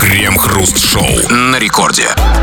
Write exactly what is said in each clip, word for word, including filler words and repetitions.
Крем-хруст-шоу на рекорде.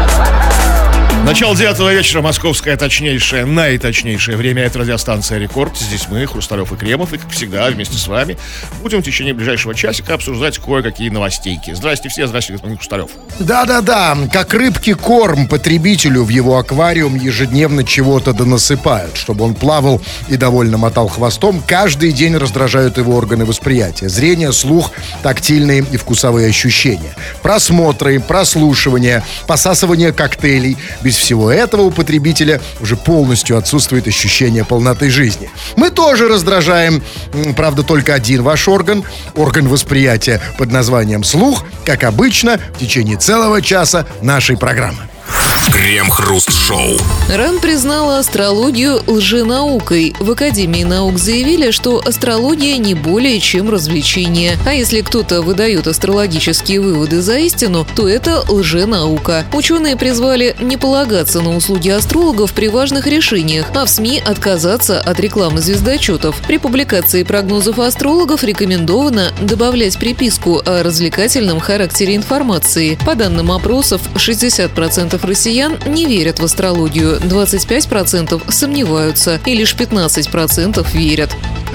Начало девятого вечера, московское точнейшее, наиточнейшее время. Это радиостанция «Рекорд». Здесь мы, Хрусталев и Кремов, и, как всегда, вместе с вами будем в течение ближайшего часика обсуждать кое-какие новостейки. Здрасте все, здрасте, господин Хрусталев. Да-да-да, как рыбки корм потребителю в его аквариум ежедневно чего-то донасыпают, чтобы он плавал и довольно мотал хвостом. Каждый день раздражают его органы восприятия. Зрение, слух, тактильные и вкусовые ощущения. Просмотры, прослушивание, посасывание коктейлей. Без всего этого у потребителя уже полностью отсутствует ощущение полноты жизни. Мы тоже раздражаем, правда, только один ваш орган, орган восприятия под названием слух, как обычно, в течение целого часа нашей программы. Крем-хруст-шоу. РАН признала астрологию лженаукой. В Академии наук заявили, что астрология не более чем развлечение. А если кто-то выдает астрологические выводы за истину, то это лженаука. Ученые призвали не полагаться на услуги астрологов при важных решениях, а в СМИ отказаться от рекламы звездочетов. При публикации прогнозов астрологов рекомендовано добавлять приписку о развлекательном характере информации. По данным опросов, шестьдесят процентов россиян не верят в астрологию, двадцать пять процентов сомневаются и лишь пятнадцать процентов верят.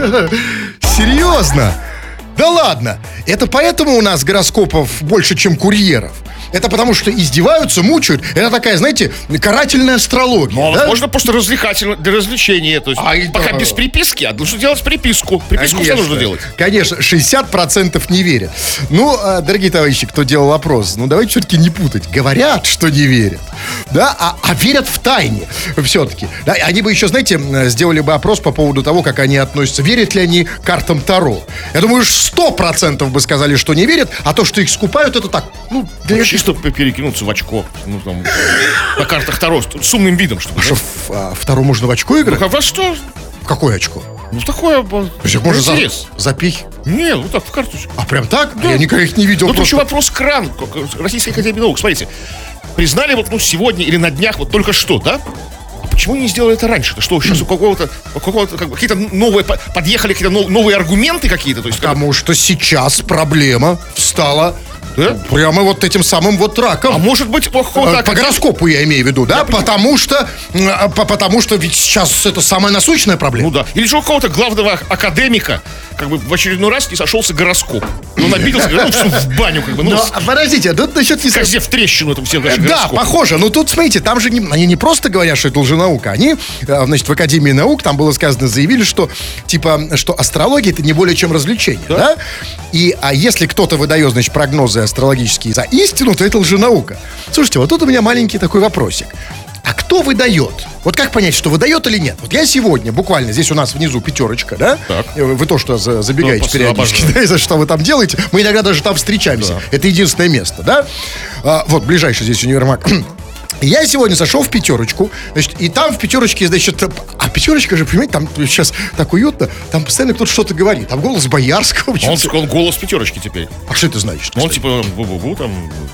Серьезно? Да ладно! Это поэтому у нас гороскопов больше, чем курьеров? Это потому, что издеваются, мучают. Это такая, знаете, карательная астрология. Ну, да? можно просто развлекательно, для развлечения. То есть, А, пока да. без приписки, а нужно делать приписку. Приписку все нужно делать. Конечно, шестьдесят процентов не верят. Ну, дорогие товарищи, кто делал опрос, ну давайте все-таки не путать. Говорят, что не верят, да, а, а верят в тайне все-таки. Да, они бы еще, знаете, сделали бы опрос по поводу того, как они относятся, верят ли они картам Таро. Я думаю, сто процентов бы сказали, что не верят, а то, что их скупают, это так, ну, для Чисто перекинуться в очко. Ну, там, на картах Таро с умным видом, чтобы. А что, в, а, в Таро можно в очко играть? Ну, а во что? В какое очко? Ну, такое. То есть их можно за, интерес. запих? Не, вот так, в карточку. А прям так? Да. Я никогда их не видел. Тут просто. еще вопрос кран. Российской академии наук. Смотрите, признали вот, ну, сегодня или на днях, вот только что, да? А почему не сделали это раньше-то? Что, сейчас у какого-то, у какого-то как бы, какие-то новые, подъехали какие-то новые аргументы какие-то? То есть, как... Потому что сейчас проблема встала. Да? Прямо вот этим самым вот раком. А может быть, по какому-то... По гороскопу я имею в виду, да? Потому что, по- потому что ведь сейчас это самая насущная проблема. Ну да. Или же у какого-то главного академика как бы в очередной раз не сошелся гороскоп. Ну, набился, ну, всё в баню, как бы. Ну, Но, подождите, тут насчет... не- козе в трещину там все наши Да, гороскопы. похоже. Но тут, смотрите, там же не, они не просто говорят, что это лженаука. Они, э, значит, в Академии наук, там было сказано, заявили, что, типа, что астрология — это не более чем развлечение, да? Да. И, а если кто-то выдает, значит, прогнозы астрологические за истину, то это лженаука. Слушайте, вот тут у меня маленький такой вопросик. А кто выдает? Вот как понять, что выдает или нет? Вот я сегодня, буквально, здесь у нас внизу пятерочка, да? Так. Вы то, что за- забегаете Ну, периодически, обожаю. да, и за что вы там делаете. Мы иногда даже там встречаемся. Да. Это единственное место, да? А, вот, ближайший здесь универмаг. И я сегодня зашел в пятерочку, значит, и там в пятерочке, значит, а пятерочка же, понимаете, там сейчас так уютно, там постоянно кто-то что-то говорит. Там голос Боярского. Он, он голос пятерочки теперь. А что это значит? Он кстати? типа бу-бу-бу там.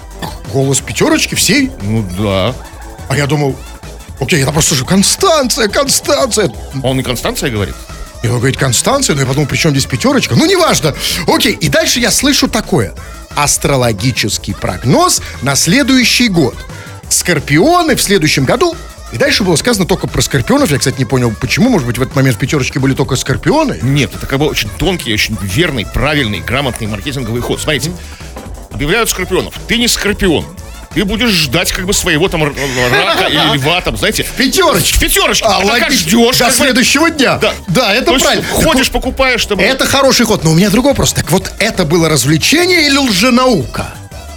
Голос пятерочки всей? Ну да. А я думал, окей, это просто же Констанция, Констанция. Он и Констанция говорит. И он говорит, Констанция, ну я подумал, при чем здесь пятерочка? Ну, неважно. Окей, и дальше я слышу такое. Астрологический прогноз на следующий год. Скорпионы в следующем году. И дальше было сказано только про скорпионов. Я, кстати, не понял, почему. Может быть, в этот момент в пятерочке были только скорпионы? Нет, это как бы очень тонкий, очень верный, правильный, грамотный маркетинговый ход. Смотрите, объявляют скорпионов. Ты не скорпион. Ты будешь ждать как бы своего там р- рака или льва, там, знаете. В пятерочке. В пятерочке. А, А пока логично. ждешь. До как бы- следующего дня. Да. Да, это То есть правильно. ходишь, покупаешь, чтобы... Это хороший ход. Но у меня другой вопрос. Так вот, это было развлечение или лженаука?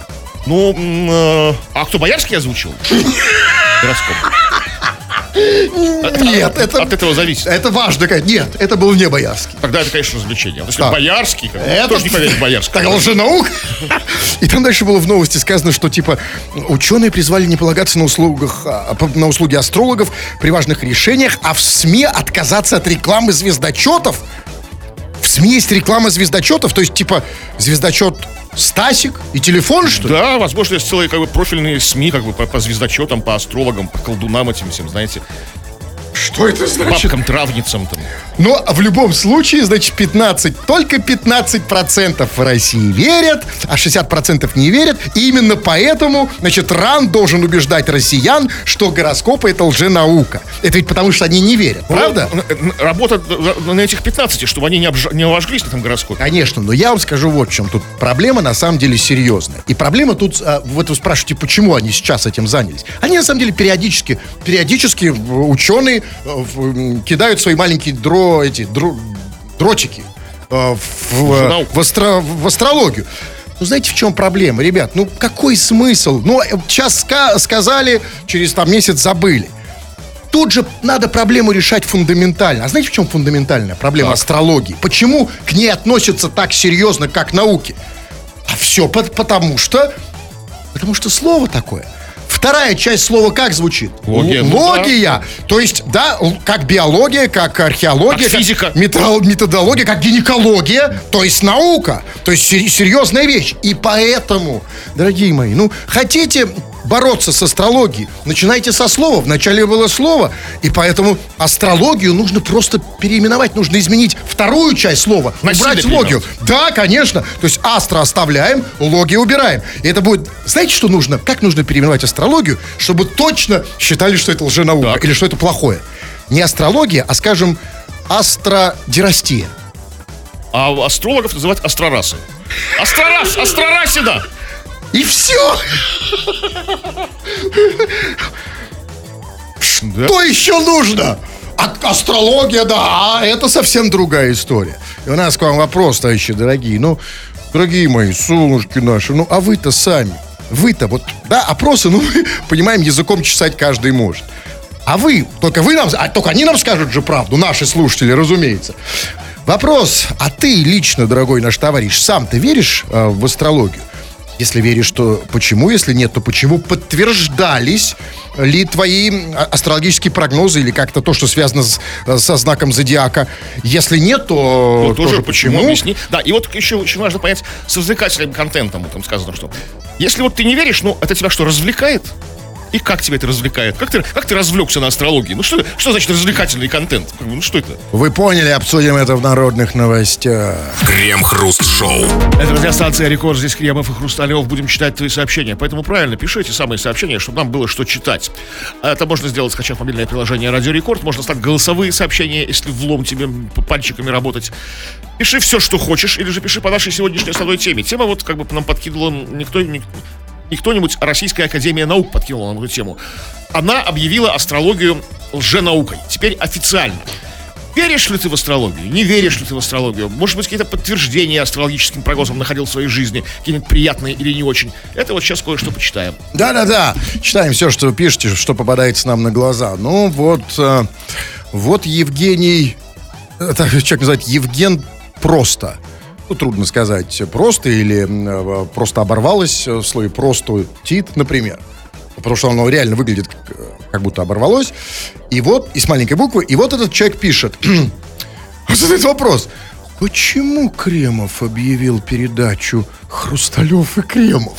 Ну, м, э, а кто, Боярский озвучил? Гороскоп. Нет, от, это... От этого зависит. Это важно, конечно. Нет, это был не Боярский. Тогда это, конечно, развлечение. Если Да. Боярский, как бы, Это- тоже не поверит в Боярского. Так, лженаука. И там дальше было в новости сказано, что типа ученые призвали не полагаться на, услугах, а, по- на услуги астрологов при важных решениях, а в СМИ отказаться от рекламы звездочетов. В СМИ есть реклама звездочетов, то есть типа звездочет Стасик и телефон, что ли? Да, возможно, есть целые как бы профильные СМИ, как бы по, по звездочетам, по астрологам, по колдунам этим всем, знаете, Что это значит? бабкам, травницам там. Но в любом случае, значит, пятнадцать, только пятнадцать процентов в России верят, а шестьдесят процентов не верят. И именно поэтому, значит, РАН должен убеждать россиян, что гороскопы — это лженаука. Это ведь потому, что они не верят, правда? Работа на этих пятнадцати, чтобы они не, обж... не обожглись на этом гороскопе. Конечно, но я вам скажу вот в чем. Тут проблема на самом деле серьезная. И проблема тут, вот вы спрашиваете, почему они сейчас этим занялись. Они на самом деле периодически, периодически ученые кидают свои маленькие дро эти дро, дротики э, в, в, в, астро, в астрологию. Ну, знаете, в чем проблема, ребят? Ну, какой смысл? Ну, сейчас ска- сказали, через там месяц забыли. Тут же надо проблему решать фундаментально. А знаете, в чем фундаментальная проблема так. астрологии? Почему к ней относятся так серьезно, как к науке? А все по- потому что... Потому что слово такое. Вторая часть слова как звучит? Логия. Логия. Ну, да. То есть, да, как биология, как археология, как физика, как методология, как гинекология, то есть наука. То есть серьезная вещь. И поэтому, дорогие мои, ну, хотите бороться с астрологией, начинайте со слова. Вначале было слово, и поэтому астрологию нужно просто переименовать, нужно изменить вторую часть слова, убрать логию. Да, конечно. То есть астро оставляем, логию убираем. И это будет... Знаете, что нужно? Как нужно переименовать астрологию, чтобы точно считали, что это лженаука так. или что это плохое? Не астрология, а, скажем, астродерастия. А астрологов называют астрорасы. Астрорас, астрорасина! И все! Да? Что еще нужно? А астрология, да, это совсем другая история. И у нас к вам вопрос, товарищи дорогие. Ну, дорогие мои, солнышки наши, ну, а вы-то сами, вы-то вот, да, опросы, ну, мы понимаем, языком чесать каждый может. А вы, только вы нам, а только они нам скажут же правду, наши слушатели, разумеется. Вопрос, а ты лично, дорогой наш товарищ, сам ты веришь э, в астрологию? Если веришь, то почему? Если нет, то почему? Подтверждались ли твои астрологические прогнозы или как-то то, что связано с, со знаком зодиака? Если нет, то ну, тоже, тоже почему? почему? Объясни. Да, и вот еще очень важно понять с развлекательным контентом, там сказано, что если вот ты не веришь, ну, это тебя что, развлекает? И как тебя это развлекает? Как ты, как ты развлекся на астрологии? Ну что, что значит развлекательный контент? Ну что это? Вы поняли, обсудим это в народных новостях. Крем-хруст-шоу. Это радиостанция «Рекорд». Здесь Кремов и Хрусталев. Будем читать твои сообщения. Поэтому правильно, пишите самые сообщения, чтобы нам было что читать. Это можно сделать, скачав мобильное приложение «Радио Рекорд». Можно стать голосовые сообщения, если влом тебе пальчиками работать. Пиши все, что хочешь, или же пиши по нашей сегодняшней основной теме. Тема вот как бы нам подкидывала никто... никто И кто-нибудь, Российская академия наук подкинула нам эту тему. Она объявила астрологию лженаукой. Теперь официально. Веришь ли ты в астрологию? Не веришь ли ты в астрологию? Может быть, какие-то подтверждения астрологическим прогнозам находил в своей жизни, какие-нибудь приятные или не очень? Это вот сейчас кое-что почитаем. Да-да-да. Читаем все, что вы пишете, что попадается нам на глаза. Ну, вот, э, вот Евгений... Это человек называет Евген Просто. Ну, трудно сказать, просто или э, просто оборвалось в слове «просто тит», например. Потому что оно реально выглядит как, как будто оборвалось. И вот, и с маленькой буквы, и вот этот человек пишет. Задает вопрос. Почему Кремов объявил передачу «Хрусталев и Кремов»?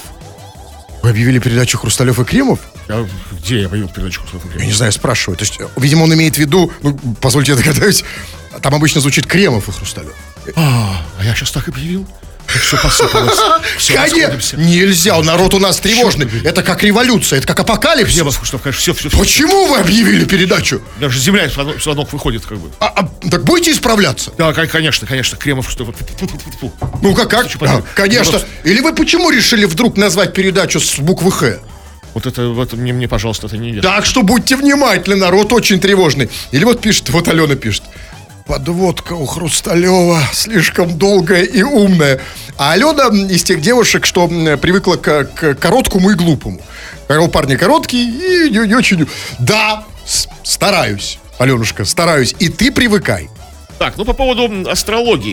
Вы объявили передачу «Хрусталев и Кремов»? А где я объявил передачу «Хрусталев и Кремов»? Я не знаю, спрашиваю. То есть, видимо, он имеет в виду, ну, позвольте я догадаюсь, там обычно звучит Кремов и Хрусталев. А, а я сейчас так объявил? Все посыпалось. Все Конечно, нельзя, народ у нас тревожный. Это как революция, это как апокалипсис. Кремов, Хрусталев, конечно, все, все. Почему вы объявили передачу? Даже земля из ног выходит, как бы. А, а, так будете исправляться? Да, конечно, конечно, Кремов, Хрусталев. Ну-ка, как? А, конечно. Или вы почему решили вдруг назвать передачу с буквы «Х»? Вот это, вот мне, мне, пожалуйста, это не идет. Так что будьте внимательны, народ очень тревожный. Или вот пишет, вот Алена пишет. Подводка у Хрусталева слишком долгая и умная. А Алена из тех девушек, что привыкла к, к короткому и глупому. Парни короткие и не, не очень... Да, стараюсь, Аленушка, стараюсь. И ты привыкай. Так, ну по поводу астрологии.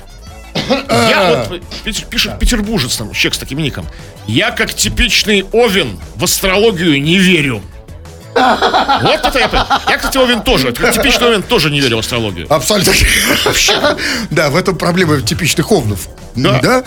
Я вот, пишет петербуржец, там, человек с таким ником. Я, как типичный овен, в астрологию не верю. Вот это я. Я, кстати, овен тоже. Типичный овен тоже не верю в астрологию. Абсолютно. Да, в этом проблема типичных овнов. Да. Да.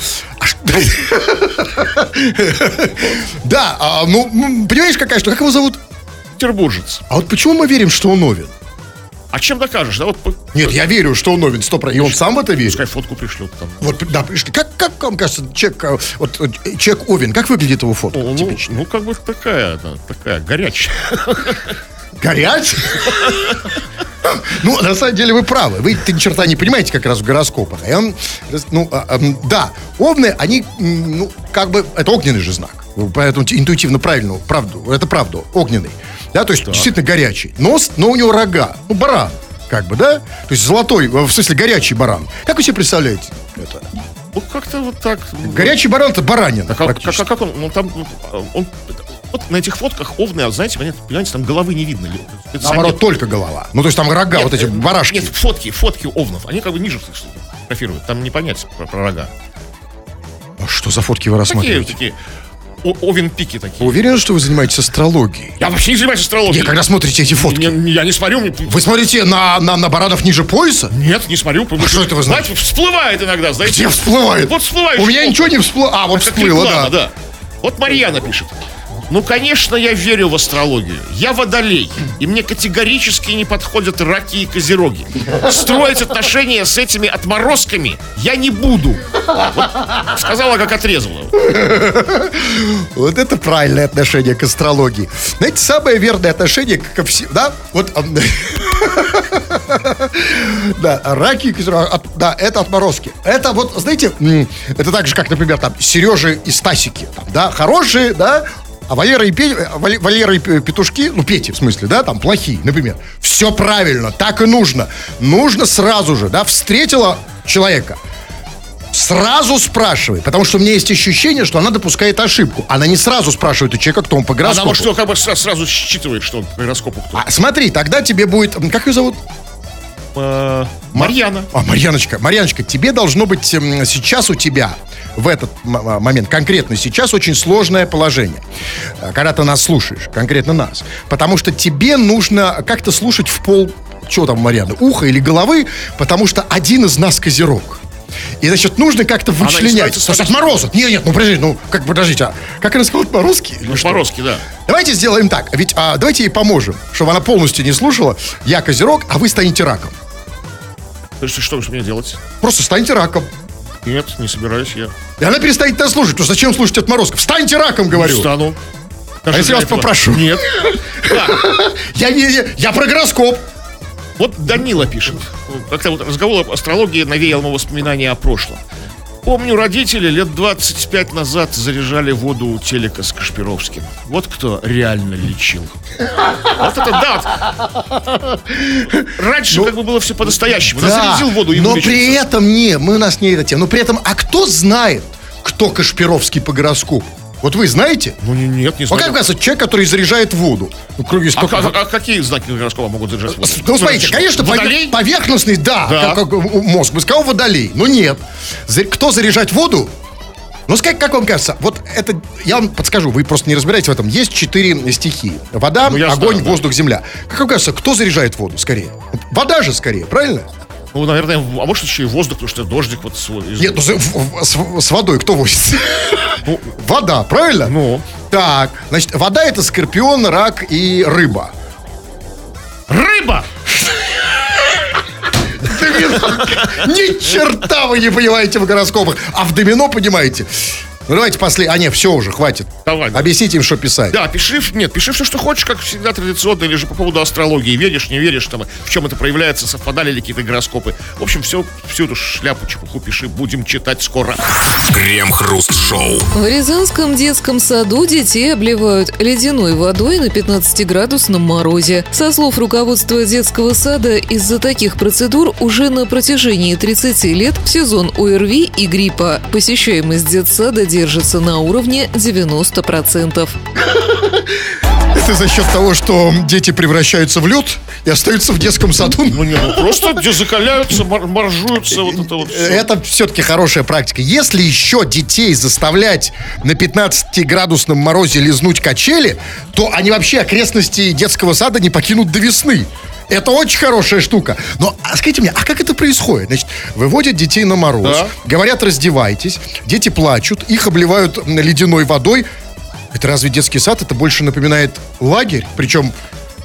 Да, ну, понимаешь, какая что? Как его зовут? Петербуржец. А вот почему мы верим, что он овен? А чем докажешь, да? Вот, Нет, я верю, что он Овен, сто процентов. И он сам в это верит. пускай фотку пришлет там. Вот, да, пришли. Как, как вам кажется, человек, э, вот, э, человек Овен, как выглядит его фото? Ну, Типично. ну, как бы такая, да, такая горячая. Горять? Ну, на самом деле вы правы. Вы ни черта не понимаете как раз в гороскопах. Я вам, ну, а, а, да, овны, они, м, ну, как бы, это огненный же знак. Поэтому интуитивно правильно, правду, это правда, огненный. Да, то есть действительно горячий. Нос, но у него рога. Ну, баран, как бы, да? То есть золотой, в смысле горячий баран. Как вы себе представляете это? Ну, как-то вот так. Горячий баран — это баранина. А как, как, практически. как он, ну, там, он, вот на этих фотках овны, знаете, понимаете, там головы не видно. Наоборот, только голова. Ну, то есть там рога, Нет, вот эти э, барашки. Нет, фотки, фотки овнов, они как бы ниже фотографируют, там не понять про, про рога. А что за фотки вы Такие, рассматриваете? такие, о- овен-пики такие. Вы уверены, что вы занимаетесь астрологией? Я вообще не занимаюсь астрологией. Нет, когда смотрите эти фотки. Не- не- я не смотрю. мне- Вы смотрите на, на, на баранов ниже пояса? Нет, не смотрю. А что это вы знаете? Всплывает иногда, знаете. Где всплывает? Вот всплывает. У меня ничего не всплыло. А, вот Как всплыло, реклама, да. да. Вот Марьяна пишет. Ну, конечно, я верю в астрологию. Я водолей, и мне категорически не подходят раки и козероги. Строить отношения с этими отморозками я не буду. Вот сказала, как отрезала. Вот это правильное отношение к астрологии. Знаете, самое верное отношение ко всем, да? Вот, ам, да, раки, и козерог, от- да, это отморозки. Это вот, знаете, м, это так же, как, например, там, Сережи и Стасики, там, да, хорошие, да, а Валера и, Пе- Вале- Валера и Пе- Петушки, ну, Пети, в смысле, да, там, плохие, например. Все правильно, так и нужно. Нужно сразу же, да, встретила человека, сразу спрашивай, потому что у меня есть ощущение, что она допускает ошибку. Она не сразу спрашивает у человека, кто он по Она, гороскопу. может, что, как бы сра- сразу считывает, что он по гороскопу кто. А, смотри, тогда тебе будет... м, Как ее зовут? Э, Марьяна. А, Марьяночка, Марьяночка, тебе должно быть м, сейчас у тебя в этот м- м- момент, конкретно сейчас, очень сложное положение. А, Когда ты нас слушаешь, конкретно нас. Потому что тебе нужно как-то слушать в пол, что там, Марьяна, уха или головы, потому что один из нас козерог. И, значит, нужно как-то не вычленять. становится То есть отморозок. Нет, нет, ну подождите, ну, как, подождите, а как она сказала, отморозки? Или что? Морозки, да. Давайте сделаем так. Ведь а, давайте ей поможем, чтобы она полностью не слушала. Я козерог, а вы станете раком. То есть, что, что мне делать? Просто станьте раком. Нет, не собираюсь я. И она перестанет нас слушать. То зачем слушать отморозков? Встаньте раком, говорю. Встану. А если я вас попрошу? Нет. Так, Я не, не- я про гороскоп. вот Данила пишет. Как-то вот разговор об астрологии навеял ему воспоминания о прошлом. Помню, родители лет двадцать пять назад заряжали воду у телека с Кашпировским. Вот кто реально лечил. Вот это да. Раньше как бы было все по-настоящему. Да, зарядил воду и но вылечился. при этом не, мы у нас не это тема. Но при этом, а кто знает, кто Кашпировский по гороскопу? Вот вы знаете? Ну не- нет, не Вот знаю. как кажется, человек, который заряжает воду. Ну, круги А, столько- а- а какие знаки гороскопа могут заряжать воду? Ну, смотрите, конечно, Водолей? пове- поверхностный, да, Да. Как, как мозг. Бы сказал водолей, но нет. За- Кто заряжать воду? Ну, как, как вам кажется, вот это, я вам подскажу, вы просто не разбираетесь в этом. Есть четыре стихии. Вода, Ну, я огонь, знаю, да. воздух, земля. Как вам кажется, кто заряжает воду скорее? Вода же скорее, правильно? Ну, наверное, в- а может еще и воздух, потому что дождик вот свой. из- Нет, ну, за- в- в- с, с водой кто возится? Ну, Вода, правильно? ну. Так, значит, вода — это скорпион, рак и рыба. Рыба! Ни черта вы не понимаете в гороскопах. А в домино понимаете. Ну давайте после... А нет, все уже, хватит. Давай. Объясните им, что писать. Да, пиши, нет, пиши все, что хочешь, как всегда традиционно, или же по поводу астрологии. Веришь, не веришь, там, в чем это проявляется, совпадали ли какие-то гороскопы. В общем, все, всю эту шляпу, чепуху пиши, будем читать скоро. Крем-хруст-шоу. В Рязанском детском саду детей обливают ледяной водой на пятнадцатиградусном морозе. Со слов руководства детского сада, из-за таких процедур уже на протяжении тридцати лет в сезон ОРВИ и гриппа посещаемость детсада держится на уровне девяносто процентов. Это за счет того, что дети превращаются в лед и остаются в детском саду. Ну, не, ну просто где закаляются, мор- моржуются, вот это вот всё. Это все-таки хорошая практика. Если еще детей заставлять на пятнадцатиградусном морозе лизнуть качели, то они вообще окрестности детского сада не покинут до весны. Это очень хорошая штука. Но а скажите мне, а как это происходит? Значит, выводят детей на мороз, Да. говорят, раздевайтесь, дети плачут, их обливают м, ледяной водой. Это разве детский сад? Это больше напоминает лагерь, причем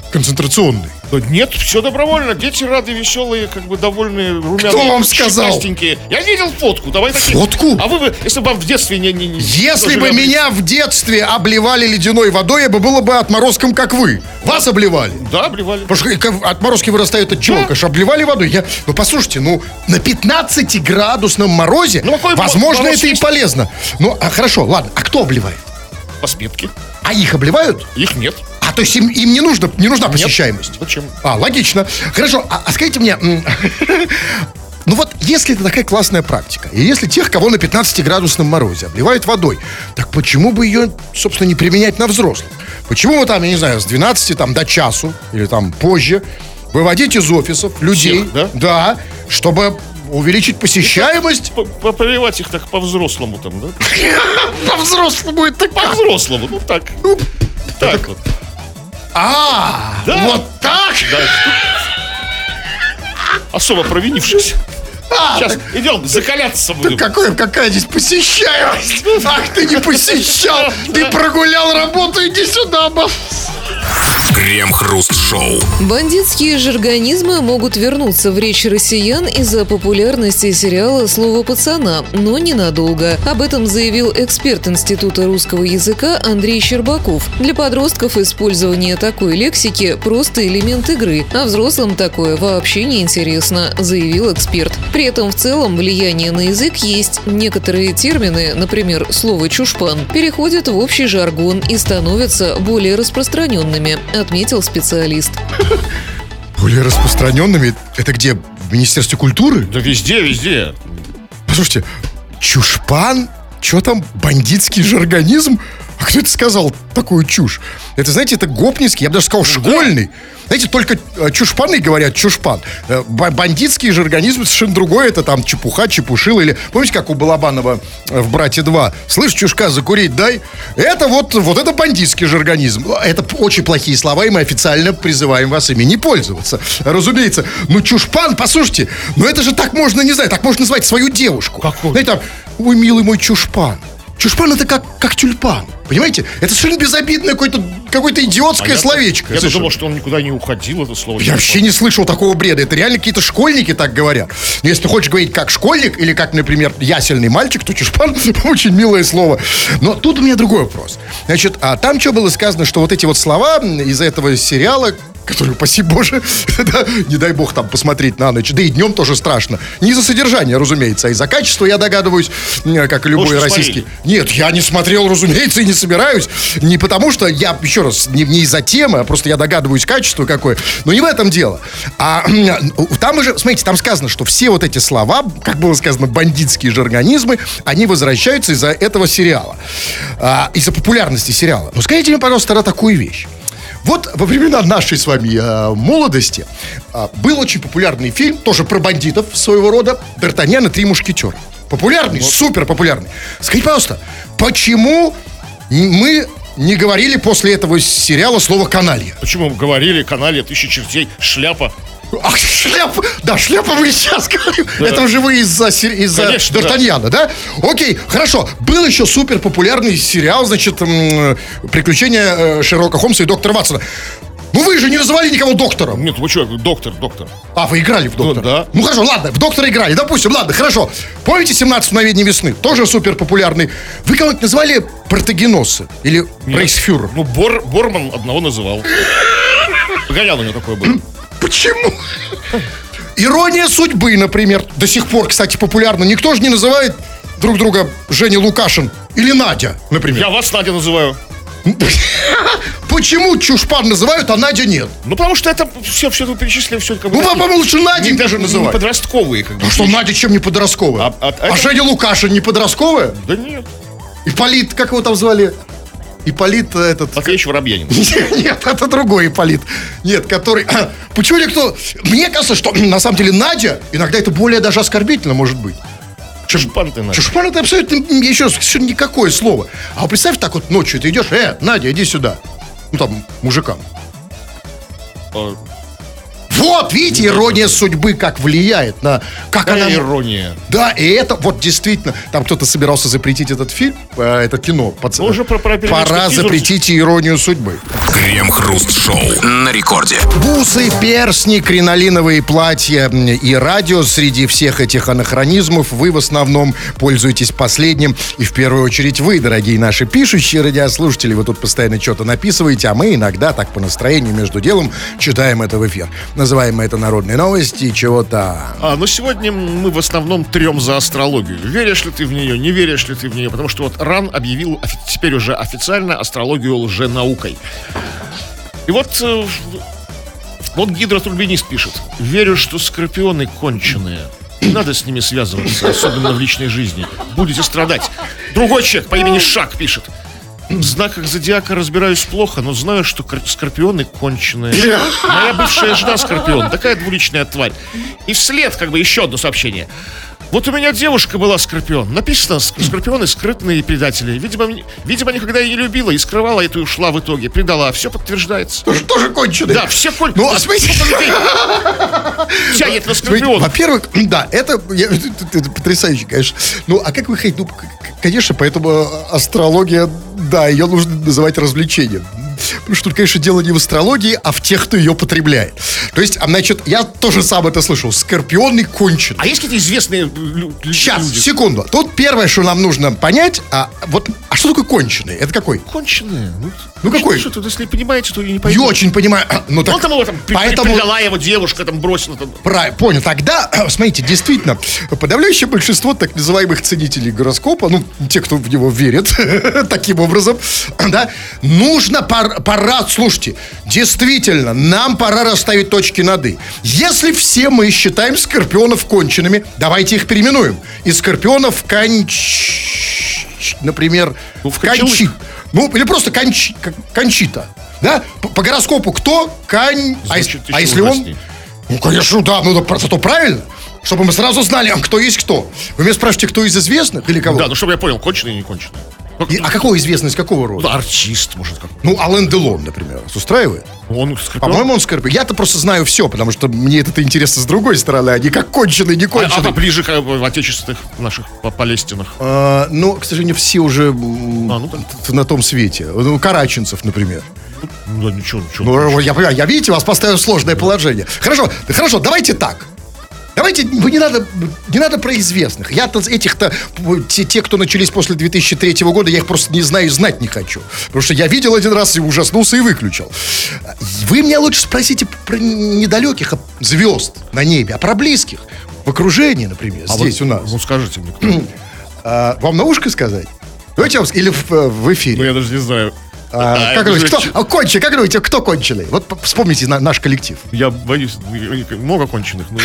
концентрационный. Да нет, все добровольно. Дети рады, веселые, как бы довольные, румяные. Кто вам сказал? щекастенькие. Я видел фотку. Давай такие. Фотку? А вы бы, если бы вам в детстве не... не, не Если тоже бы обли- меня в детстве обливали ледяной водой, я бы было бы отморозком, как вы. Вас обливали. Да, обливали. Потому что как отморозки вырастают от чего? Да. Конечно, обливали водой. Я... Ну, послушайте, ну, на пятнадцатиградусном морозе, Ну, какой возможно, мороз это и есть? полезно. Ну, а, хорошо, ладно. А кто обливает? Посметки. А их обливают? Их нет. А, то есть им, им не, нужно, не нужна посещаемость? Зачем? А, логично. Хорошо, а, а скажите мне, м, ну вот, если это такая классная практика, и если тех, кого на пятнадцатиградусном морозе обливают водой, так почему бы ее, собственно, не применять на взрослых? Почему вы там, я не знаю, с двенадцати там, до часу или там позже выводить из офисов людей, Всех, да? Да, чтобы увеличить посещаемость? П- Пополивать их так по-взрослому там, да? По-взрослому это как? По-взрослому, ну так. Так вот. А, Да. вот так? Да. Особо провинившись. А, Сейчас идем закаляться будем. Какое, какая здесь посещаемость? Ах, ты не посещал! Ты прогулял работу, иди сюда, баб. Крем-хруст-шоу. Бандитские жаргонизмы могут вернуться в речь россиян из-за популярности сериала «Слово пацана», но ненадолго. Об этом заявил эксперт Института русского языка Андрей Щербаков. Для подростков использование такой лексики – просто элемент игры, а взрослым такое вообще не интересно, заявил эксперт. При этом в целом влияние на язык есть. Некоторые термины, например, слово «чушпан», переходят в общий жаргон и становятся более распространенными, отметил специалист. Более распространенными? Это где? В Министерстве культуры? Да везде, везде. Послушайте, чушпан? Что там? Бандитский жаргонизм? А кто это сказал такую чушь? Это, знаете, это гопницкий, я бы даже сказал, школьный. Знаете, только э, чушпаны говорят чушпан. Э, ба- бандитский жаргонизм совершенно другой. Это там чепуха, чепушила. Или, помните, как у Балабанова э, в «Брате два»? Слышь, чушка, закурить дай. Это вот, вот это бандитский жаргонизм. Это очень плохие слова, и мы официально призываем вас ими не пользоваться. Разумеется. Ну, чушпан, послушайте, ну это же так можно, не знаю, так можно назвать свою девушку. Какой? Знаете, там, ой, милый мой чушпан. Чушпан это как, как тюльпан. Понимаете? Это совершенно безобидное какое-то, какое-то идиотское А я- словечко. Я Совершенно. думал, что он никуда не уходил, это слово. Я вообще не слышал такого бреда. Это реально какие-то школьники так говорят. Но если ты хочешь говорить как школьник или как, например, ясельный мальчик, то чушпан очень милое слово. Но тут у меня другой вопрос. Значит, а там что было сказано, что вот эти вот слова из этого сериала, который, упаси боже, да, не дай бог там посмотреть на ночь, да и днем тоже страшно. Не из-за содержания, разумеется, а из-за качества, я догадываюсь, как и любой Может, российский. смотрели? Нет, я не смотрел, разумеется, и не собираюсь. Не потому что я, еще раз, не, не из-за темы, а просто я догадываюсь качество какое. Но не в этом дело. А там уже, смотрите, там сказано, что все вот эти слова, как было сказано, бандитские жаргонизмы, они возвращаются из-за этого сериала. А, из-за популярности сериала. Но скажите мне, пожалуйста, тогда такую вещь. Вот во времена нашей с вами э, молодости э, был очень популярный фильм, тоже про бандитов своего рода, «Д'Артаньян и три мушкетера». Популярный, супер популярный. Скажите, пожалуйста, почему мы не говорили после этого сериала слово «каналья»? Почему говорили, канале тысячи чертей, шляпа. Ах, шляпа! Да, шляпа мы сейчас говорим. Да. Это же вы из-за, сер- из-за Конечно, Д'Артаньяна, да. Окей, хорошо. Был еще супер популярный сериал, значит, м- «Приключения э, Шерлока Холмса и доктора Ватсона». Ну вы же не называли никого доктором. Нет, вы что, доктор, доктор. А, вы играли в доктора? Ну, да. Ну хорошо, ладно, в доктора играли, допустим, ладно, хорошо. Помните «семнадцать мгновений весны»? Тоже супер популярный. Вы кого-нибудь назвали протагеносы? Или рейхсфюрер? Ну, Бор, Борман одного называл. Погонял у него такое было. Почему? «Ирония судьбы», например, до сих пор, кстати, популярна. Никто же не называет друг друга Женя Лукашин или Надя, например. Я вас Надя называю. Почему чушпан называют, а Надя нет? Ну, потому что это все, все тут перечислили, все как бы... Ну, по-моему, лучше Надей не- даже не называть. подростковые, как бы. А что, Надя чем не подростковая? А- а- А, это- Женя Лукашин не подростковая? Да нет. Ипполит, как его там звали? Ипполит э, этот... Матвеевич Воробьянин. Нет, это другой Ипполит. Нет, который... Почему никто... Мне кажется, что на самом деле Надя, иногда это более даже оскорбительно может быть. Чушпан ты, Надя. Чушпан это абсолютно, еще раз, совершенно никакое слово. А вот представь, так вот ночью ты идешь, э, Надя, иди сюда. Ну там, мужикам. А, Вот, видите, ирония судьбы как влияет на... Как какая она... ирония. Да, и это вот действительно, там кто-то собирался запретить этот фильм, э, это кино. Пац- Ну, уже про- про Пора экспертизу. запретить и иронию судьбы. Крем-хруст-шоу на рекорде. Бусы, перстни, кринолиновые платья и радио. Среди всех этих анахронизмов вы в основном пользуетесь последним. И в первую очередь вы, дорогие наши пишущие радиослушатели. Вы тут постоянно что-то написываете, а мы иногда так по настроению между делом читаем это в эфир. Называем мы это народные новости и чего-то. А, но сегодня мы в основном трем за астрологию. Веришь ли ты в нее, не веришь ли ты в нее? Потому что вот РАН объявил офи- теперь уже официально астрологию лженаукой. И вот, э, вот гидротурбинист пишет: верю, что скорпионы конченые. Не надо с ними связываться, особенно в личной жизни. Будете страдать. Другой человек по имени Шак пишет: в знаках зодиака разбираюсь плохо, но знаю, что кор- скорпионы конченые. Моя бывшая жена скорпион, такая двуличная тварь. И вслед как бы еще одно сообщение. Вот у меня девушка была скорпион. Написано: скорпионы скрытные предатели. Видимо, м- видимо, никогда ее не любила и скрывала это и ушла в итоге. Предала. Все подтверждается. Тоже, тоже конченый. Да, все конченые. Ну, а смотрите. Тянет на Смотрите, скорпион. во-первых, да, это, я- это, это потрясающе, конечно. Ну, а как вы хотите? Ну, к- к- конечно, поэтому астрология, да, ее нужно называть развлечением. Потому что тут, конечно, дело не в астрологии, а в тех, кто ее потребляет. То есть, а, значит, я тоже сам это слышал. Скорпионы конченые. А есть какие-то известные лю- лю- Сейчас, люди? секунду. Тут первое, что нам нужно понять, а вот, а что такое конченый? Это какой? Конченые. Ну, Ну, какой? Что, что, если понимаете, то и не Я поймете. очень понимаю. Ну, так, Он там его там при- поэтому... предала его девушка, там бросила. Там. Правильно, понял. Тогда, смотрите, действительно, подавляющее большинство так называемых ценителей гороскопа, ну, те, кто в него верит, таким образом, да, нужно, пор- пора, слушайте, действительно, нам пора расставить точки над «и». Если все мы считаем скорпионов конченными, давайте их переименуем. Из скорпионов конч... Например, Ну, в в кончи... кончалык. Ну, или просто кончи... кон- кончита. Да? По, по гороскопу кто? Конь... А, ес- Звучит а еще если он... ужаснее. Ну, конечно, да, ну, да, зато правильно. Чтобы мы сразу знали, кто есть кто. Вы меня спрашиваете, кто из известных или кого? Да, ну чтобы я понял, конченые или не конченые. Ну, И- а какого известность, какого рода? да, артист, может, как. Ну, Ален Делон, например, вас устраивает? Он скорпион. По-моему, он скорпион. Я-то просто знаю все, потому что мне это интересно с другой стороны, а не как конченый, не А, конченый. а ближе к э, отечественных наших по- Палестинах. А, ну, к сожалению, все уже м, А, ну да. т- на том свете. Ну, Караченцев, например. Ну, да, ничего, ничего. Ну, я понимаю, я, видите, вас поставил в сложное положение. Хорошо, да хорошо, давайте так. Давайте, вы не надо, не надо про известных. Я-то этих-то, те, те, кто начались после две тысячи третьего года, я их просто не знаю и знать не хочу. Потому что я видел один раз и ужаснулся и выключил. Вы меня лучше спросите про недалеких звезд на небе, а про близких. В окружении, например, А здесь вот, у нас. Ну, скажите мне, кто. А, вам на ушко сказать? Давайте я вам... Или в, в Ну, эфире. я даже не знаю. А, А, как я думаете, даже- кто? А, конченый, как думаете, кто конченый? Вот п- вспомните на- наш коллектив. Я боюсь, много конченых. но-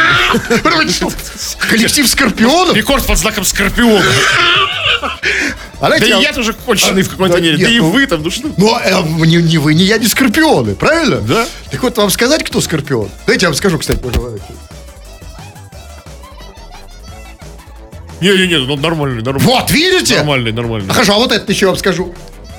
Коллектив Скорпионов? Рекорд под знаком Скорпиона. А Да знаете, и я- я тоже конченый в какой-то Да мере. нет, Да и ну- вы там, ну что? Ну, э, ни, ни вы, ни я, не Скорпионы, правильно? Да. Так вот, вам сказать, кто Скорпион? Дайте я вам скажу, кстати, пожалуйста. Не-не-не, ну нормальный, нормальный. Вот, видите? Нормальный, нормальный. А хорошо, а вот это еще вам скажу.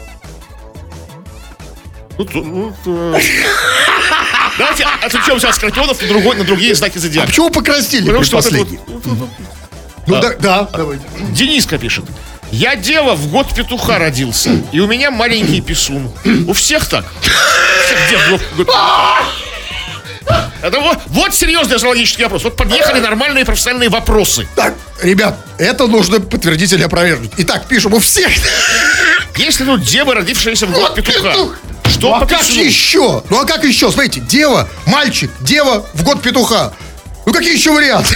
Ну, то- ну, то- Давайте отвлечем сейчас Скорпионов на, другой, на другие знаки А зодиака. почему покраснели Потому что вот это предпоследний? вот- вот- вот- Ну, да, да, давайте. Дениска пишет. Я дева в год петуха родился, и у меня маленький писун. У всех так. У всех дев в год петуха. Это вот, вот серьезный астрологический вопрос. Вот подъехали нормальные профессиональные вопросы. Так, ребят, это нужно подтвердить или опровергнуть. Итак, пишем у всех. Если тут дева, родившаяся в год Вот петуха, петух. что Ну, а по как писуну? еще? Ну, а как еще? Смотрите, дева, мальчик, дева в год петуха. Ну, какие еще варианты?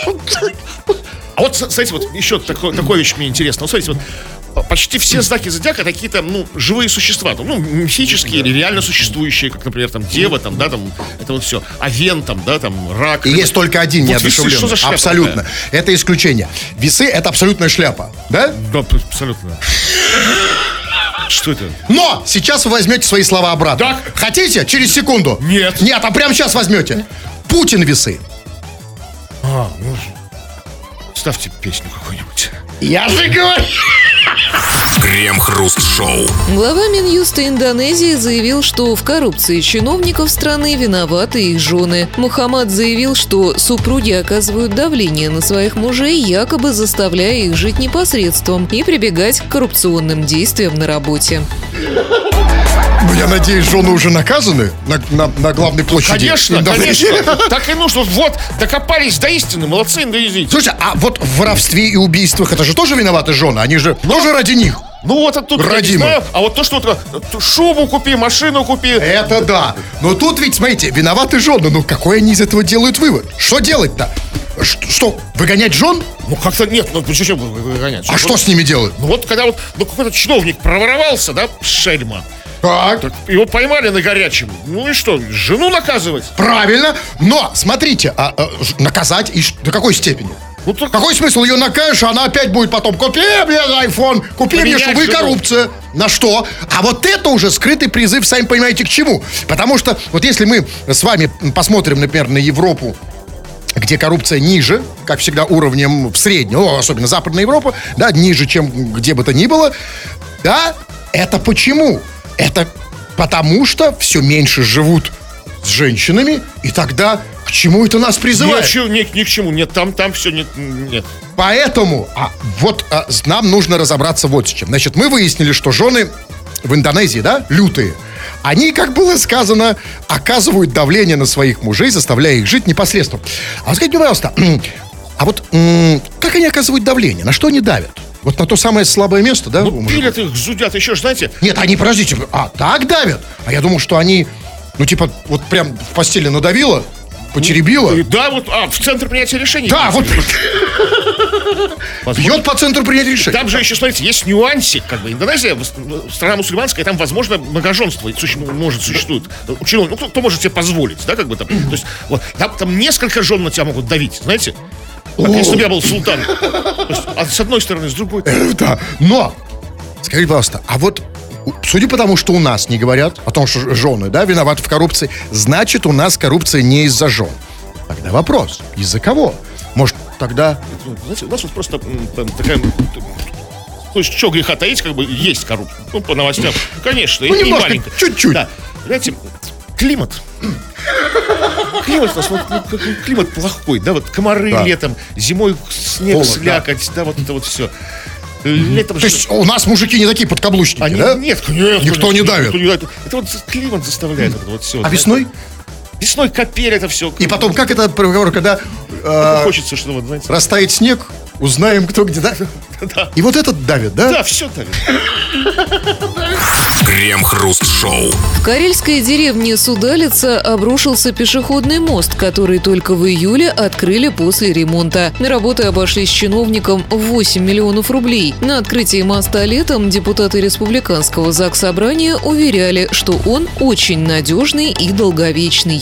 А вот, смотрите, вот еще такой, такой вещь мне интересно. Вот смотрите, вот почти все знаки зодиака какие-то, ну, живые существа, там, ну, мифические или реально существующие, как, например, там, дева, там, да, там, это вот все, овен, там, да, там, рак. И есть только один Вот весы, неодушевленный. что за шляпа Абсолютно. такая? Это исключение. Весы — это абсолютная шляпа. Да? Да, абсолютно. Что это? Но сейчас вы возьмете свои слова обратно. Так. Хотите? Через секунду. Нет. Нет, а прямо сейчас возьмете. Путин весы. А, ну, ставьте песню какую-нибудь. Я же говорю. Крем-хруст-шоу. Глава Минюста Индонезии заявил, что в коррупции чиновников страны виноваты их жены. Мухаммад заявил, что супруги оказывают давление на своих мужей, якобы заставляя их жить непосредством и прибегать к коррупционным действиям на работе. Ну, я надеюсь, жены уже наказаны на, на, на главной площади. Конечно, конечно. Так и нужно. Вот, докопались до истины. Молодцы, индонезийцы. Слушай, а вот в воровстве и убийствах это же тоже виноваты жены? Они же тоже ради них. Ну вот, а тут, я не Родимы. знаю, а вот то, что вот, шубу купи, машину купи. Это да. Но тут ведь, смотрите, виноваты жены. Ну, какой они из этого делают вывод? Что делать-то? Ш- Что, выгонять жен? Ну как-то нет, ну почему выгонять? А что с ними делают? Ну вот когда вот ну, какой-то чиновник проворовался, да, шельма. Так, Так его поймали на горячем. Ну и что, жену наказывать? правильно. Но, смотрите, а, а, ж- наказать и ш- до какой степени? Ну так Какой смысл ее накажешь, а она опять будет потом: купи мне айфон, купи мне, Поменять чтобы и жену. коррупция. На что? А вот это уже скрытый призыв, сами понимаете, к чему. Потому что вот если мы с вами посмотрим, например, на Европу, где коррупция ниже, как всегда, уровнем в среднем, ну, особенно Западная Европа, да, ниже, чем где бы то ни было, да, это почему? Это потому что все меньше живут с женщинами, и тогда к чему это нас призывает? Ничего, ни, ни к чему. Нет, там, там все нет. нет. Поэтому а, вот а, с- нам нужно разобраться вот с чем. Значит, мы выяснили, что жены в Индонезии, да, лютые, они, как было сказано, оказывают давление на своих мужей, заставляя их жить непосредственно. А вот скажите, пожалуйста, а вот м, как они оказывают давление? На что они давят? Вот на то самое слабое место, да? у Ну, мужиков? пилят их, зудят, еще ж, знаете, Нет, они, подождите, а, так давят? А я думал, что они, ну, типа, вот прям в постели надавило, потеребило. и да, вот, а, в центр принятия решений. Да, вот Возможно. бьет по центру принятия решения. Там же еще, смотрите, есть нюансик, как бы Индонезия, в- страна мусульманская, там, возможно, многоженство суще- может, существует. У чинов- Ну, кто, кто может себе позволить, да, как бы там. То есть, вот, там, там несколько жен на тебя могут давить, знаете? Как если бы я был султан. То есть, а с одной стороны, с другой. Да, но, скажите, пожалуйста, а вот у- судя по тому, что у нас не говорят о том, что жены, да, виноваты в коррупции, значит, у нас коррупция не из-за жен. Тогда вопрос, из-за кого? Может, тогда... Знаете, у нас вот просто м, там такая... м, То есть, что греха таить, как бы есть коррупция. Ну, по новостям, конечно, и, Ну, и немножко, маленько. чуть-чуть. Да. Знаете, климат. Климат у нас, вот, ну, как бы климат плохой, да, вот комары Да. летом, зимой снег, Холод, слякоть, да. вот это вот все. Летом То же- есть у нас мужики не такие подкаблучники, Они- да? Нет, нет, Никто не давит. никто не давит. Это вот климат заставляет это вот все. А весной? Весной капель это все. И потом, как это проговор, когда э, Хочется, что вот, знаете. растает снег, узнаем, кто где, да? Да, И вот этот давит, да? да, все давит. Крем-хруст-шоу. В карельской деревне Судалица обрушился пешеходный мост, который только в июле открыли после ремонта. Работы обошлись чиновникам в восемь миллионов рублей. На открытии моста летом депутаты республиканского заксобрания уверяли, что он очень надежный и долговечный.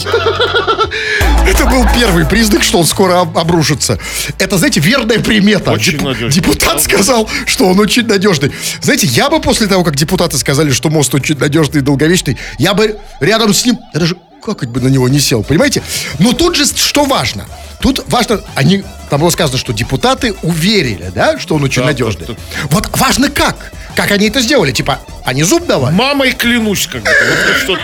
Это был первый признак, что он скоро об- обрушится. Это, знаете, верная примета. Очень надежный. Депутат сказал, что он очень надежный. Знаете, я бы после того, как депутаты сказали, что мост очень надежный и долговечный, я бы рядом с ним, я даже как бы на него не сел, понимаете? Но тут же что важно? Тут важно, они, там было сказано, что депутаты уверили, да, что он очень Да, надежный. да, да. Вот важно как. Как они это сделали? Типа, они зуб давали? Мамой клянусь, как бы. Вот что.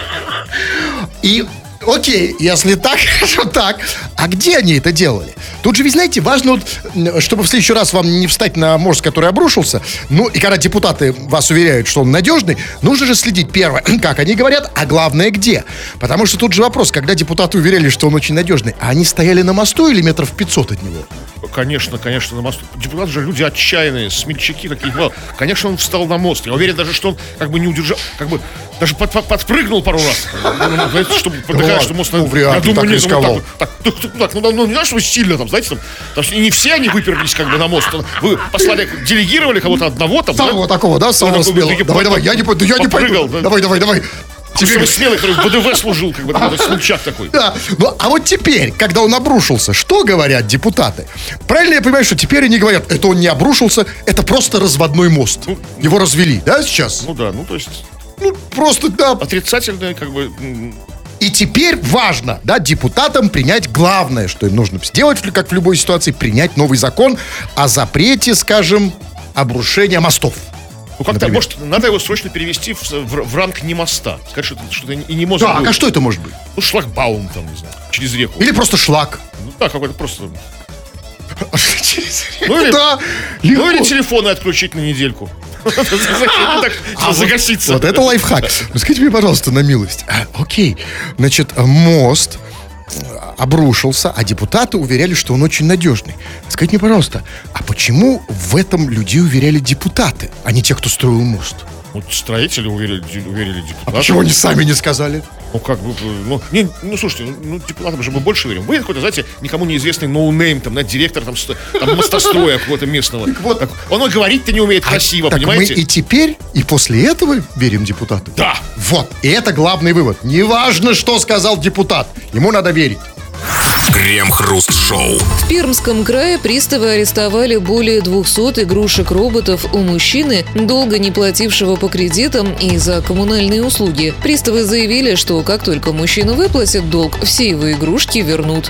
И окей, если так, хорошо так. А где они это делали? Тут же, ведь, знаете, важно, вот, м, чтобы в следующий раз вам не встать на мост, который обрушился, ну, и когда депутаты вас уверяют, что он надежный, нужно же следить, первое, как они говорят, а главное, где. Потому что тут же вопрос, когда депутаты уверяли, что он очень надежный, а они стояли на мосту или метров пятьсот от него? Конечно, конечно, на мосту. Депутаты же люди отчаянные, смельчаки такие. Ну, конечно, он встал на мост. Я уверен даже, что он как бы не удержал, как бы даже под- под- подпрыгнул пару раз. Ну, ну, знаете, чтобы доказать, ладно, что мост... ну, вряд Я ли, так нет, ну, рисковал. так, так, так, так, так, ну, ну, не знаю, что вы сильно там, знаете, там, там и не все они выперлись как бы на мост. Вы послали, делегировали кого-то одного там, Самого да? такого, да, самого Ну, такой, смелого. такой, Давай, давай, я не пойду, я не попрыгал, пойду. да. Давай, давай, давай. Тебе Тебе- смелый, который в ВДВ служил, как бы, такой смельчак такой. Да, ну а вот теперь, когда он обрушился, что говорят депутаты? Правильно я понимаю, что теперь они говорят, это он не обрушился, это просто разводной мост. Его развели, да, сейчас? Ну да, ну то есть Ну, просто, да. отрицательное, как бы, м, И теперь важно, да, депутатам принять главное, что им нужно сделать, как в любой ситуации, принять новый закон о запрете, скажем, обрушения мостов. ну как-то, Например. может, надо его срочно перевести в, в- в ранг не моста. Сказать, что это что-то и не мост. Так, будет. а что это может быть? Ну, шлагбаум там, не знаю, через реку. Или просто шлак. Ну да, какой-то просто... Ну или, Да, ну или легко. телефоны отключить на недельку. Так загаситься. Вот это лайфхак. Ну, скажите мне, пожалуйста, на милость. А, окей, значит, мост обрушился, а депутаты уверяли, что он очень надежный. Скажите мне, пожалуйста, а почему в этом людей уверяли депутаты, а не те, кто строил мост? Вот строители уверили, уверили А депутатов. почему они сами не сказали? Ну, как бы, ну, не, ну, слушайте, ну, депутатам же мы больше верим. Вы какой-то, знаете, никому неизвестный ноунейм, там, да, директор, там, сто- там мостостроя какого-то местного. вот. Так, он говорить-то не умеет красиво, Так понимаете? мы и теперь, и после этого верим депутату? Да. Вот, и это главный вывод. Неважно, что сказал депутат, ему надо верить. Крем-хруст-шоу. В Пермском крае приставы арестовали более двухсот игрушек-роботов у мужчины, долго не платившего по кредитам и за коммунальные услуги. Приставы заявили, что как только мужчина выплатит долг, все его игрушки вернут.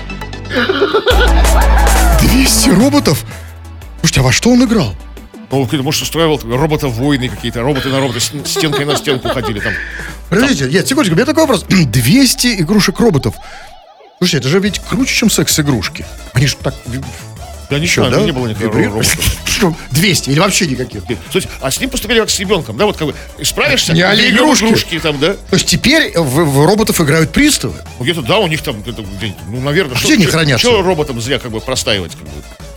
двести роботов? Слушайте, а во что он играл? Ну, может, устраивал роботов-войны какие-то, роботы на роботы, с стенкой на стенку ходили там. Подождите, нет, секундочку, у меня такой вопрос. двести игрушек-роботов. Слушайте, это же ведь круче, чем секс-игрушки. Они же так... Да ничего, Что, да? да? Не было никаких Вибрируют? роботов. Что, двести или вообще никаких? Слушайте, а с ним поступили как с ребенком, да, вот как бы, справишься, Не али берем игрушки. игрушки там, да. То есть теперь в, в роботов играют приставы? Ну, где-то, да, у них там, где-то, где- ну, наверное, А где они хранятся? Что роботам зря как бы простаивать, как бы.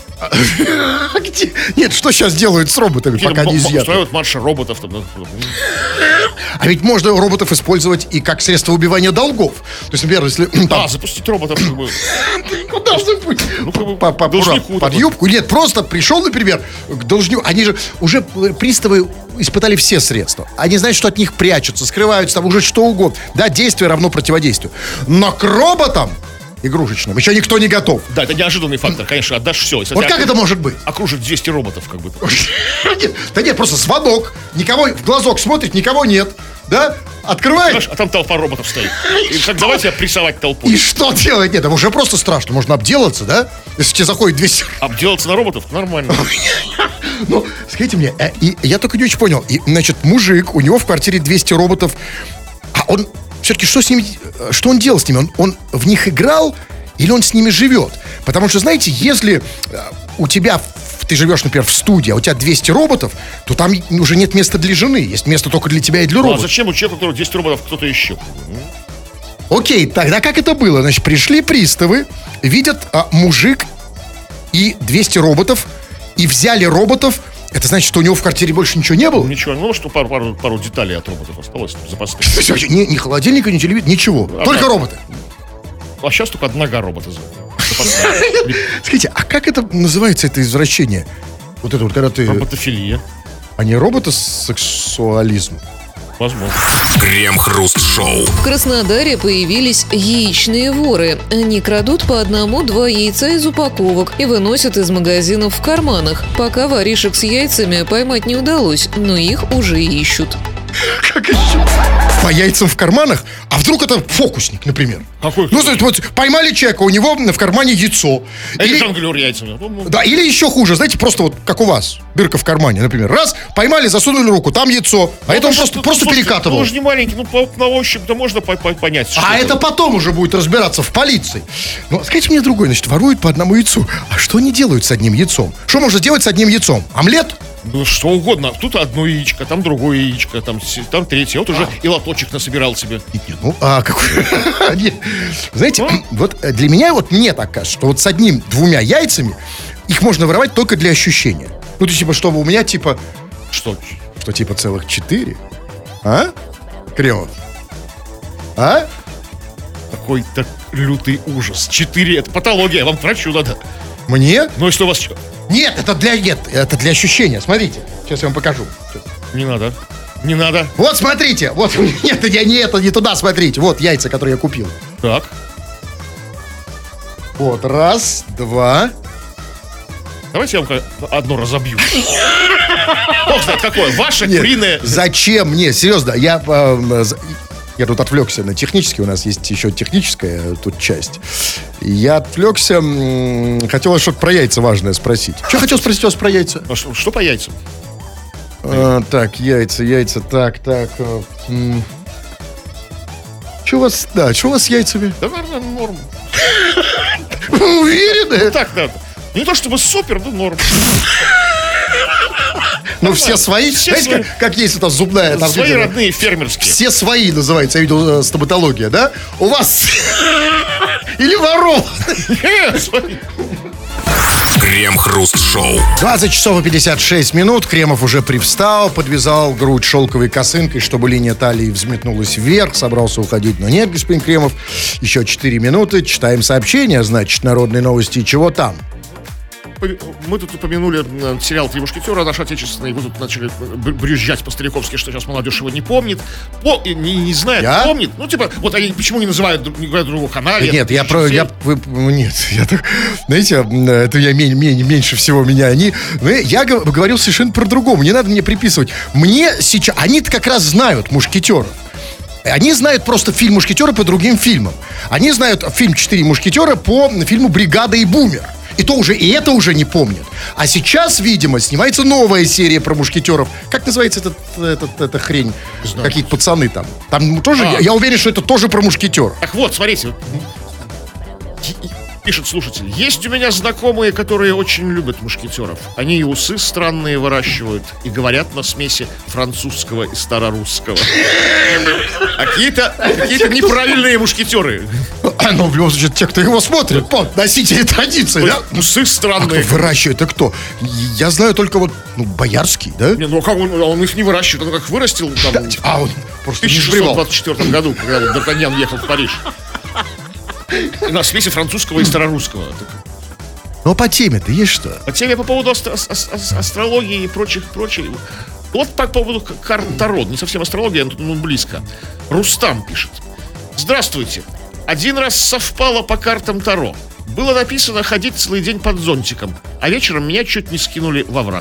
А где? Нет, что сейчас делают с роботами, Какие-то пока не м- м- изъяты? устраивают марши роботов там, да. А ведь можно роботов использовать и как средство убивания долгов. То есть, например, если... Да, Там, запустить роботов, как бы. куда же быть? Ну, как бы, По- по- должнику под такой. юбку? Нет, просто пришел, например, к должнику. Они же уже приставы испытали все средства. Они знают, что от них прячутся, скрываются, там уже что угодно. Да, действие равно противодействию. Но к роботам игрушечным еще никто не готов. Да, это неожиданный фактор, конечно, отдашь все. Если Вот тебя как это может быть? окружит двести роботов, как бы. Нет, да нет, просто звонок. Никого в глазок смотрит, никого нет. Да? Открывает. Знаешь, а там толпа роботов стоит. И как давай тебя прессовать толпой. И что делать? Нет, там уже просто страшно. Можно обделаться, да? Если тебе заходит двести... Обделаться на роботов? Нормально. Ну, скажите мне, э, и я только не очень понял. И, значит, мужик, у него в квартире двести роботов. А он все-таки что с ними... э, Что он делал с ними? Он, он в них играл или он с ними живет? Потому что, знаете, если э, у тебя... в- Ты живешь, например, в студии, а у тебя двести роботов, то там уже нет места для жены. Есть место только для тебя и для Ну, а роботов. зачем у человека, у которого двести роботов, кто-то еще? Окей, тогда как это было? Значит, пришли приставы, видят а, мужик и двести роботов, и взяли роботов. Это значит, что у него в квартире больше ничего не было? Ничего, ну, что пару, пару, пару деталей от роботов осталось там, запасных. То есть вообще ни, ни холодильника, ни телевизора, ничего. А Только да. роботы. А сейчас только одна нога робота за- запасная. Скажите, а как это называется, это извращение? Вот это вот, когда ты... Роботофилия. А не роботосексуализм? Возможно. Крем-хруст-шоу. В Краснодаре появились яичные воры. Они крадут по одному-два яйца из упаковок и выносят из магазинов в карманах. Пока воришек с яйцами поймать не удалось, но их уже ищут. Как еще? По яйцам в карманах? А вдруг это фокусник, например? Какой? Ну, знаете, вот поймали человека, у него в кармане яйцо. Или Или- жонглер яйцами. Ну, ну, Да, или еще хуже, знаете, просто вот как у вас, дырка в кармане, например. Раз, поймали, засунули руку, там яйцо, а это он ну, просто, ну, просто слушайте, перекатывал. Ну, он же не маленький, ну, по, на ощупь-то можно по- по- понять. что А это потом уже будет разбираться в полиции. Ну, скажите мне другой, значит, воруют по одному яйцу. А что они делают с одним яйцом? Что можно делать с одним яйцом? Омлет? Ну, что угодно. Тут одно яичко, там другое яичко, там, с- там третье. Вот уже и лоточек насобирал себе. Нет, нет, ну, а какой... Нет. Знаете, вот э, для меня, вот мне так кажется, что вот с одним-двумя яйцами их можно воровать только для ощущения. Ну, то есть, типа, чтобы у меня, типа, Что? что, типа, целых четыре? А? Кремов? А? Какой-то лютый ужас. Четыре, это патология, вам к врачу надо. Мне? Ну, если у вас... чё? Нет, это для, нет, это для ощущения. Смотрите, сейчас я вам покажу. Не надо. Не надо. Вот, смотрите, вот, нет, я не это, не туда смотрите. Вот яйца, которые я купил. Так. Вот, раз, два. Давайте я вам ка- одно разобью. Бог знает какое. Ваше Нет, куриное... зачем мне? Серьезно, я, э, за- я тут отвлекся на технический, у нас есть еще техническая тут часть. Я отвлекся, м, хотел что-то про яйца важное спросить. Что хотел спросить у вас про яйца? А что, что по яйцам? А, так, яйца, яйца, так, так. э, м. Что у вас, да, что у вас с яйцами? Да, наверное, норм. Вы уверены? Так надо. Не то чтобы супер, но норм. Ну, все свои. Все Знаете, свои. Как, как есть эта зубная... там, Свои где- родные, фермерские. Все свои называется, я видел, э, стоматология, да? У вас... Или воров. Свои. Крем-хруст-шоу. двадцать часов и пятьдесят шесть минут. Кремов уже привстал, подвязал грудь шелковой косынкой, чтобы линия талии взметнулась вверх. Собрался уходить, но нет, господин Кремов. Еще четыре минуты. Читаем сообщения, значит, народные новости. И чего там? Мы тут упомянули э, сериал «Три мушкетера» наш отечественный. Вы тут начали бр- брюзжать по-стариковски, что сейчас молодежь его не помнит. По, и не, не знает, Я? помнит. Ну, типа, вот они почему не называют, друг- не говорят другого канала? Нет, я про... Я, вы, ну, нет, я так... Знаете, это я мен- мен- меньше всего меня. Они, ну, я г- говорил совершенно про другому. Не надо мне приписывать. Мне сейчас... Они-то как раз знают мушкетеров. Они знают просто фильм «Мушкетеры» по другим фильмам. Они знают фильм «Четыре мушкетера» по фильму «Бригада» и «Бумер». И то уже, и это уже не помнят. А сейчас, видимо, снимается новая серия про мушкетеров. Как называется этот, этот, эта хрень? Какие-то пацаны там. Там тоже, А. я, я уверен, что это тоже про мушкетеров. Так вот, смотрите. Пишет слушатель. Есть у меня знакомые, которые очень любят мушкетеров. Они и усы странные выращивают, и говорят на смеси французского и старорусского. А какие-то, какие-то неправильные мушкетеры. Ну, в любом случае, те, кто его смотрит, по носители традиции, да? Усы А странные. кто выращивает, это кто? Я знаю только вот, ну, Боярский, да? Не, ну а как он, он их не выращивает, он как вырастил там в А, он просто не тысяча шестьсот сбривал. двадцать четвёртом году, когда вот Д'Артаньян ехал в Париж. На смеси французского и старорусского. Но по теме-то есть что? По теме по поводу астро- ас- ас- астрологии и прочих, прочих. Вот по поводу к- карт Таро. Не совсем астрология, но тут, ну, близко. Рустам пишет. Здравствуйте. Один раз совпало по картам Таро. Было написано ходить целый день под зонтиком, а вечером меня чуть не скинули во враг.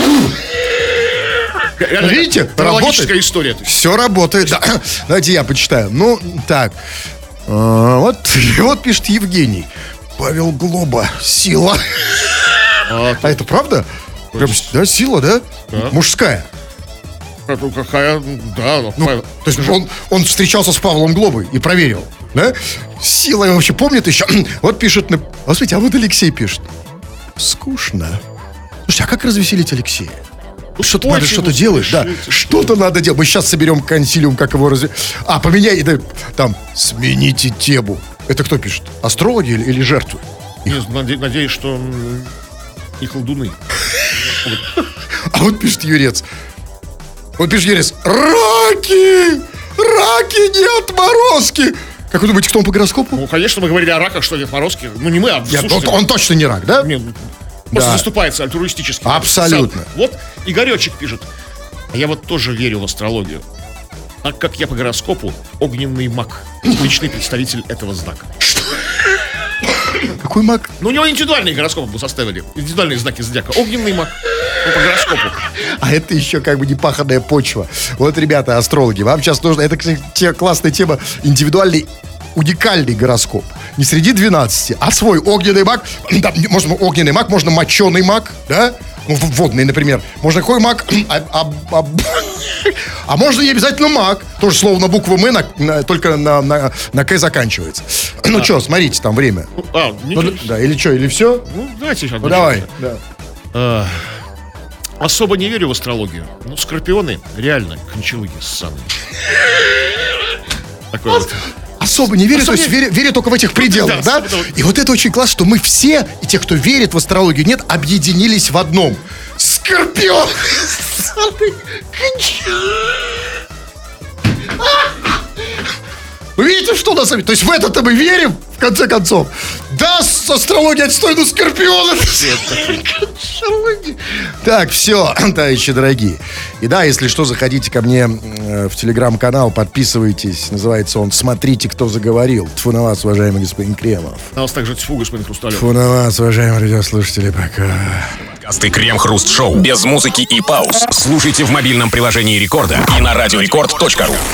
Реально, Видите, тарологическая работает. история. Все работает, да. Давайте я почитаю. Ну, так. А, вот, вот пишет Евгений. Павел Глоба. Сила. А, А это правда? Прям, да, сила, да? Да. Мужская. ну, какая, да, ну, Ну, какая- то есть он, он встречался с Павлом Глобой и проверил, да? Сила его вообще помнит еще. Вот пишет, на... а, смотрите, а вот Алексей пишет. Скучно. Слушайте, а как развеселить Алексея? Что-то надо, Очень что-то делать, да. смешите. Что-то надо делать. Мы сейчас соберем консилиум, как его разве... А, поменяй, да, там, смените тему. Это кто пишет? Астрологи или, или жертвы? Не, наде- надеюсь, что м, не колдуны. А вот пишет Юрец. Вот пишет Юрец. Раки! Раки, не отморозки! Как вы думаете, кто он по гороскопу? Ну, конечно, мы говорили о раках, что нет морозки. Ну, не мы, а Нет, он, слушатели. он точно не рак, да? Не, просто Да. заступается альтруистически. Абсолютно. Вот Игоречек пишет. А я вот тоже верю в астрологию. Так как я по гороскопу огненный маг, личный представитель этого знака. Какой маг? Ну, у него индивидуальные гороскопы бы составили. Индивидуальные знаки зодиака. Огненный маг. Ну, по гороскопу. А это еще как бы непаханная почва. Вот, ребята, астрологи, вам сейчас нужно... Это, кстати, те- классная тема. Индивидуальный, уникальный гороскоп. Не среди двенадцати, а свой огненный маг. Да, можно огненный маг, можно моченый маг, да? Ну, в- водный, например. Можно какой маг? А, а- а- а можно не обязательно маг. Тоже слово на букву «М», на- на- только на, на, на «К» заканчивается. Ну что, смотрите, там время. Ну, а, Ну, ничего. да, или что, или все? Ну, давайте еще Ну, одну давай. секунду. Да. А, Особо не верю в астрологию. Ну, скорпионы реально кончалыги ссаные. Такой вот. Особо не верю, Особо то есть не- верю, верю только в этих пределах, да, да? особенно вот- И вот это очень классно, что мы все, и те, кто верит в астрологию, нет, объединились в одном. Скорпион! Вы видите, что у нас... То есть в это-то мы верим, в конце концов. Да, с астрологией отстой, ну скорпион! Так, все, товарищи дорогие. И да, если что, заходите ко мне э, в телеграм-канал, подписывайтесь. Называется он «Смотрите, кто заговорил». Тьфу на вас, уважаемый господин Кремов. На вас также тьфу, господин Хрусталев. Тьфу на вас, уважаемые радиослушатели, пока. Подкасты Крем-хруст-шоу без музыки и пауз. Слушайте в мобильном приложении Рекорда и на радиорекорд точка ру.